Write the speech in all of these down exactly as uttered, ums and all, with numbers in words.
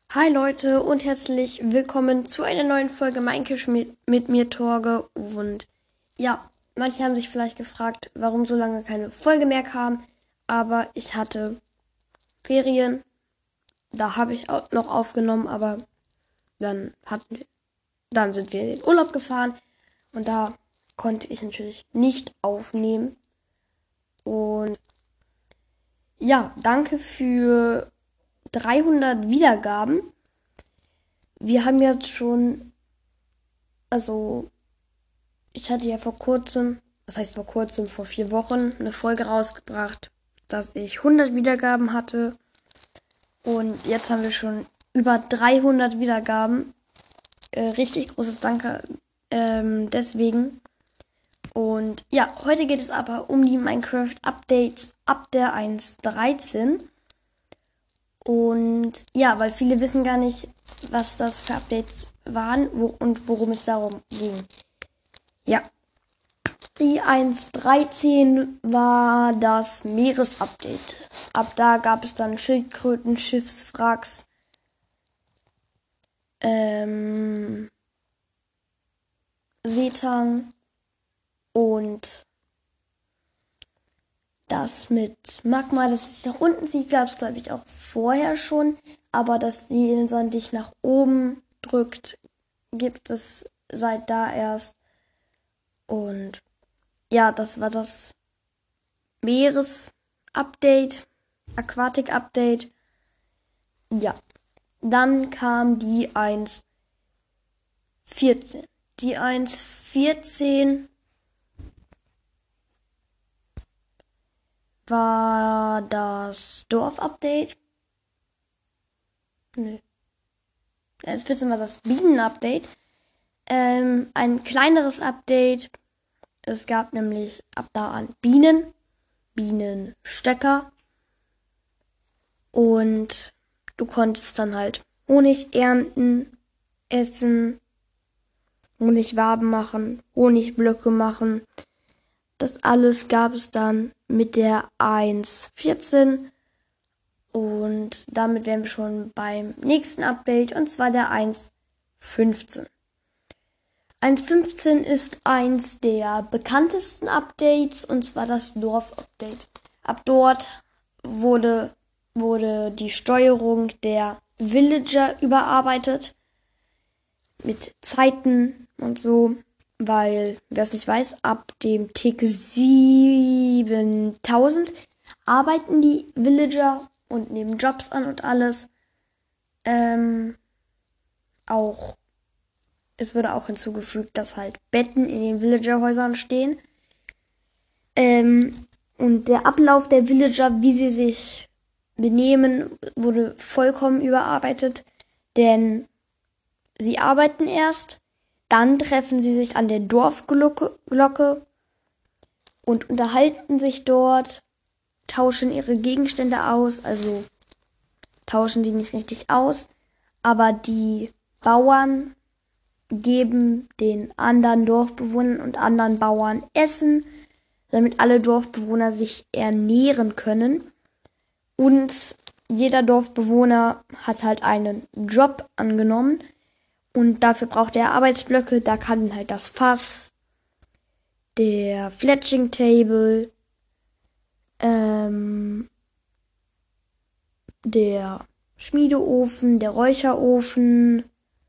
Hi Leute und herzlich willkommen zu einer neuen Folge Minecraft mit, mit mir, Torge. Und ja, manche haben sich vielleicht gefragt, warum so lange keine Folge mehr kam. Aber ich hatte Ferien, da habe ich auch noch aufgenommen, aber dann, hatten, dann sind wir in den Urlaub gefahren und da konnte ich natürlich nicht aufnehmen. Und ja, danke für dreihundert Wiedergaben. Wir haben jetzt schon, also ich hatte ja vor kurzem, das heißt vor kurzem, vor vier Wochen, eine Folge rausgebracht, dass ich hundert Wiedergaben hatte. Und jetzt haben wir schon über dreihundert Wiedergaben. Äh, richtig großes Danke ähm, deswegen. Und ja, heute geht es aber um die Minecraft-Updates ab der eins Punkt dreizehn. Und ja, weil viele wissen gar nicht, was das für Updates waren wo, und worum es darum ging. Ja, die eins Punkt dreizehn war das Meeresupdate. Ab da gab es dann Schildkröten, Schiffswracks, ähm, Seetang und das mit Magma, das sich nach unten zieht, gab es glaube ich auch vorher schon. Aber dass die Insel dich nach oben drückt, gibt es seit da erst. Und ja, das war das Meeresupdate, Aquatic-Update. Ja, dann kam die eins Punkt vierzehn. Die eins Punkt vierzehn war das Dorf-Update. Nö. eins Punkt vierzehn war das Bienen-Update. Ähm, ein kleineres Update. Es gab nämlich ab da an Bienen, Bienenstöcker. Und du konntest dann halt Honig ernten, essen, Honigwaben machen, Honigblöcke machen. Das alles gab es dann mit der eins Punkt vierzehn. Und damit wären wir schon beim nächsten Update, und zwar der eins Punkt fünfzehn. eins Punkt fünfzehn ist eins der bekanntesten Updates, und zwar das Dorf-Update. Ab dort wurde, wurde die Steuerung der Villager überarbeitet. Mit Zeiten und so, weil, wer es nicht weiß, ab dem Tick siebentausend arbeiten die Villager und nehmen Jobs an und alles. Ähm, auch, es wurde auch hinzugefügt, dass halt Betten in den Villager-Häusern stehen. Ähm, und der Ablauf der Villager, wie sie sich benehmen, wurde vollkommen überarbeitet, denn sie arbeiten erst, dann treffen sie sich an der Dorfglocke Glocke und unterhalten sich dort, tauschen ihre Gegenstände aus, also tauschen die nicht richtig aus, aber die Bauern geben den anderen Dorfbewohnern und anderen Bauern Essen, damit alle Dorfbewohner sich ernähren können. Und jeder Dorfbewohner hat halt einen Job angenommen. Und dafür braucht er Arbeitsblöcke. Da kann halt das Fass, der Fletching Table, ähm, der Schmiedeofen, der Räucherofen,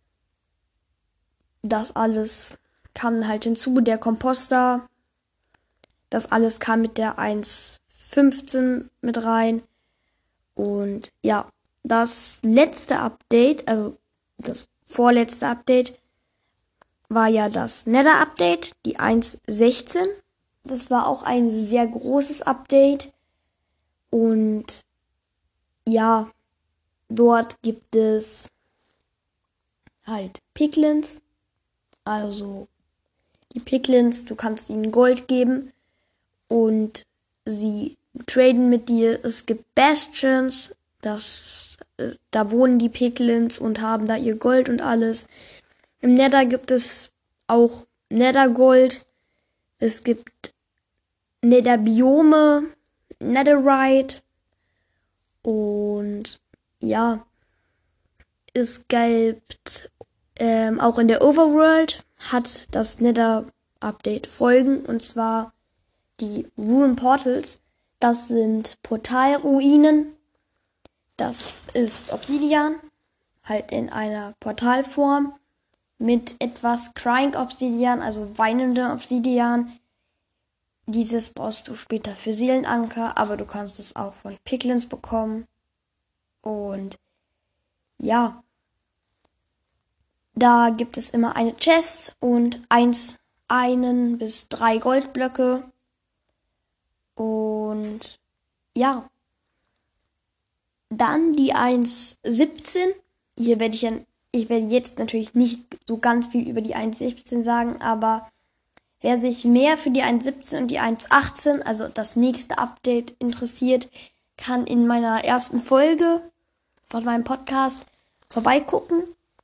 das alles kam halt hinzu, der Komposter. Das alles kam mit der eins Punkt fünfzehn mit rein. Und ja, das letzte Update, also das vorletzte Update, war ja das Nether-Update, die eins Punkt sechzehn. Das war auch ein sehr großes Update. Und ja, dort gibt es halt Piglins. Also die Piglins, du kannst ihnen Gold geben und sie traden mit dir. Es gibt Bastions, das, äh, da wohnen die Piglins und haben da ihr Gold und alles. Im Nether gibt es auch Nethergold. Es gibt Netherbiome, Netherite und ja, es gibt ähm, auch in der Overworld hat das Nether-Update Folgen, und zwar die Ruin Portals. Das sind Portalruinen. Das ist Obsidian, halt in einer Portalform mit etwas Crying Obsidian, also weinenden Obsidian. Dieses brauchst du später für Seelenanker, aber du kannst es auch von Piglins bekommen. Und ja, da gibt es immer eine Chest und eins, einen bis drei Goldblöcke. Und ja, dann die eins Punkt siebzehn. Hier werde ich ja, ich werde jetzt natürlich nicht so ganz viel über die eins Punkt siebzehn sagen, aber wer sich mehr für die eins Punkt siebzehn und die eins Punkt achtzehn, also das nächste Update, interessiert, kann in meiner ersten Folge von meinem Podcast vorbeigucken.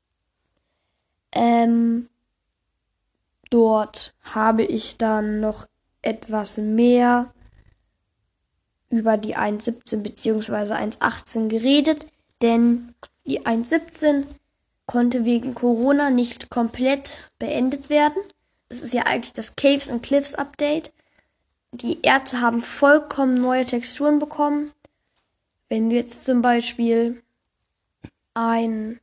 Ähm, dort habe ich dann noch etwas mehr über die eins Punkt siebzehn bzw. eins Punkt achtzehn geredet, denn die eins Punkt siebzehn konnte wegen Corona nicht komplett beendet werden. Es ist ja eigentlich das Caves and Cliffs Update. Die Erze haben vollkommen neue Texturen bekommen. Wenn du jetzt zum Beispiel ein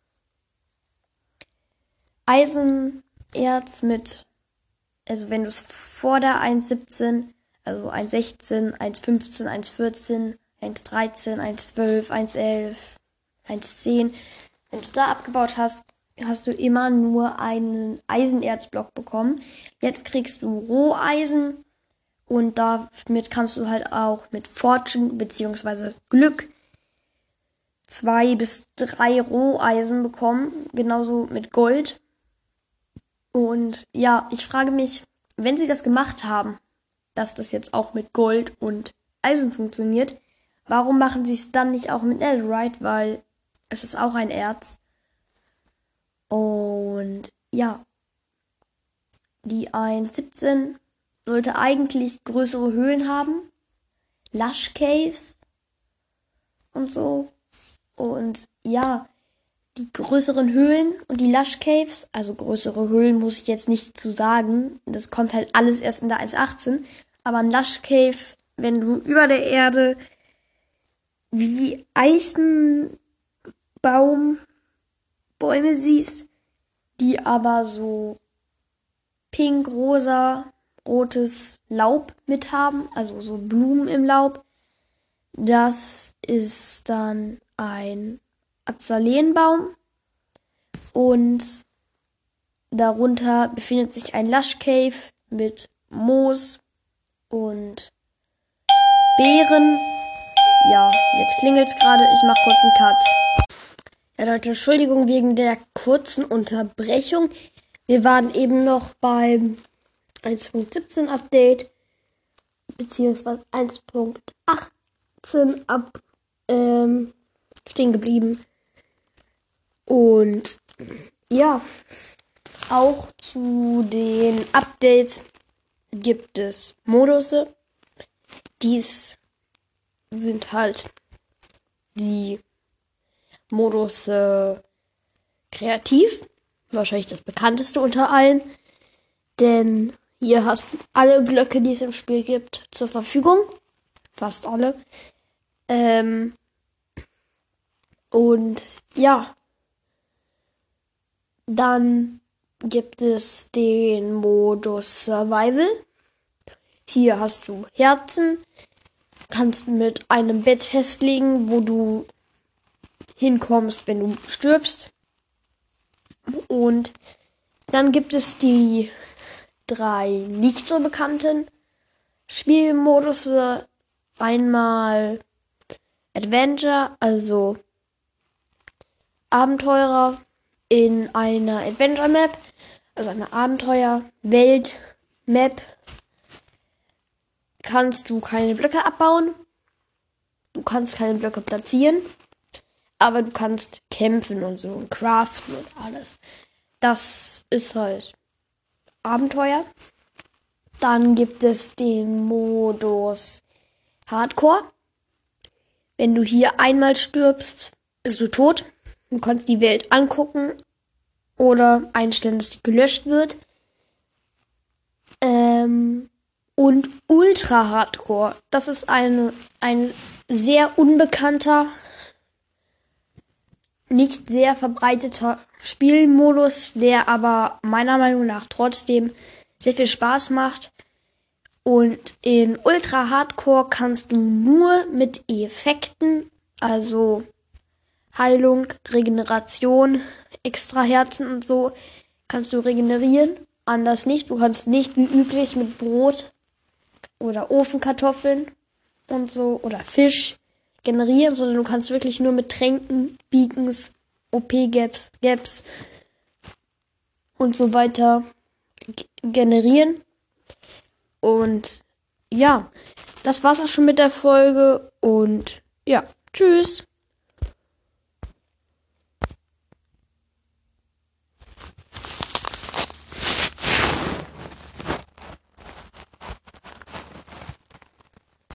Eisenerz mit, also wenn du es vor der eins Punkt siebzehn, also eins Punkt sechzehn, eins Punkt fünfzehn, eins Punkt vierzehn, eins Punkt dreizehn, eins Punkt zwölf, eins Punkt elf, eins Punkt zehn, wenn du es da abgebaut hast, hast du immer nur einen Eisenerzblock bekommen. Jetzt kriegst du Roheisen und damit kannst du halt auch mit Fortune bzw. Glück zwei bis drei Roheisen bekommen, genauso mit Gold. Und ja, ich frage mich, wenn sie das gemacht haben, dass das jetzt auch mit Gold und Eisen funktioniert, warum machen sie es dann nicht auch mit Netherite, weil es ist auch ein Erz. Und ja, die eins Punkt siebzehn sollte eigentlich größere Höhlen haben, Lush Caves und so. Und ja, die größeren Höhlen und die Lush Caves, also größere Höhlen muss ich jetzt nicht zu sagen, das kommt halt alles erst in der eins Punkt achtzehn, aber ein Lush Cave, wenn du über der Erde wie Eichenbaumbäume siehst, die aber so pink, rosa, rotes Laub mit haben, also so Blumen im Laub, das ist dann ein Azalenbaum und darunter befindet sich ein Lush Cave mit Moos und Beeren. Ja, jetzt klingelt's gerade, ich mach kurz einen Cut. Ja Leute, Entschuldigung wegen der kurzen Unterbrechung. Wir waren eben noch beim eins Punkt siebzehn Update beziehungsweise eins Punkt achtzehn ab ähm, stehen geblieben. Und ja, auch zu den Updates gibt es Modusse. Dies sind halt die Modusse kreativ, wahrscheinlich das bekannteste unter allen, denn hier hast du alle Blöcke, die es im Spiel gibt, zur Verfügung, fast alle. Ähm, und ja, dann gibt es den Modus Survival. Hier hast du Herzen, kannst mit einem Bett festlegen, wo du hinkommst, wenn du stirbst. Und dann gibt es die drei nicht so bekannten Spielmodusse. Einmal Adventure, also Abenteurer in einer Adventure Map, also eine Abenteuer-Welt-Map. Kannst du keine Blöcke abbauen, du kannst keine Blöcke platzieren, aber du kannst kämpfen und so und craften und alles. Das ist halt Abenteuer. Dann gibt es den Modus Hardcore. Wenn du hier einmal stirbst, bist du tot. Du kannst die Welt angucken oder einstellen, dass sie gelöscht wird. Ähm, und Ultra Hardcore. Das ist eine, ein sehr unbekannter, nicht sehr verbreiteter Spielmodus, der aber meiner Meinung nach trotzdem sehr viel Spaß macht. Und in Ultra Hardcore kannst du nur mit Effekten, also Heilung, Regeneration, extra Herzen und so, kannst du regenerieren. Anders nicht. Du kannst nicht wie üblich mit Brot oder Ofenkartoffeln und so oder Fisch generieren, sondern du kannst wirklich nur mit Tränken, Beacons, O P-Gaps, Gaps und so weiter g- generieren. Und ja, das war's auch schon mit der Folge und ja, tschüss.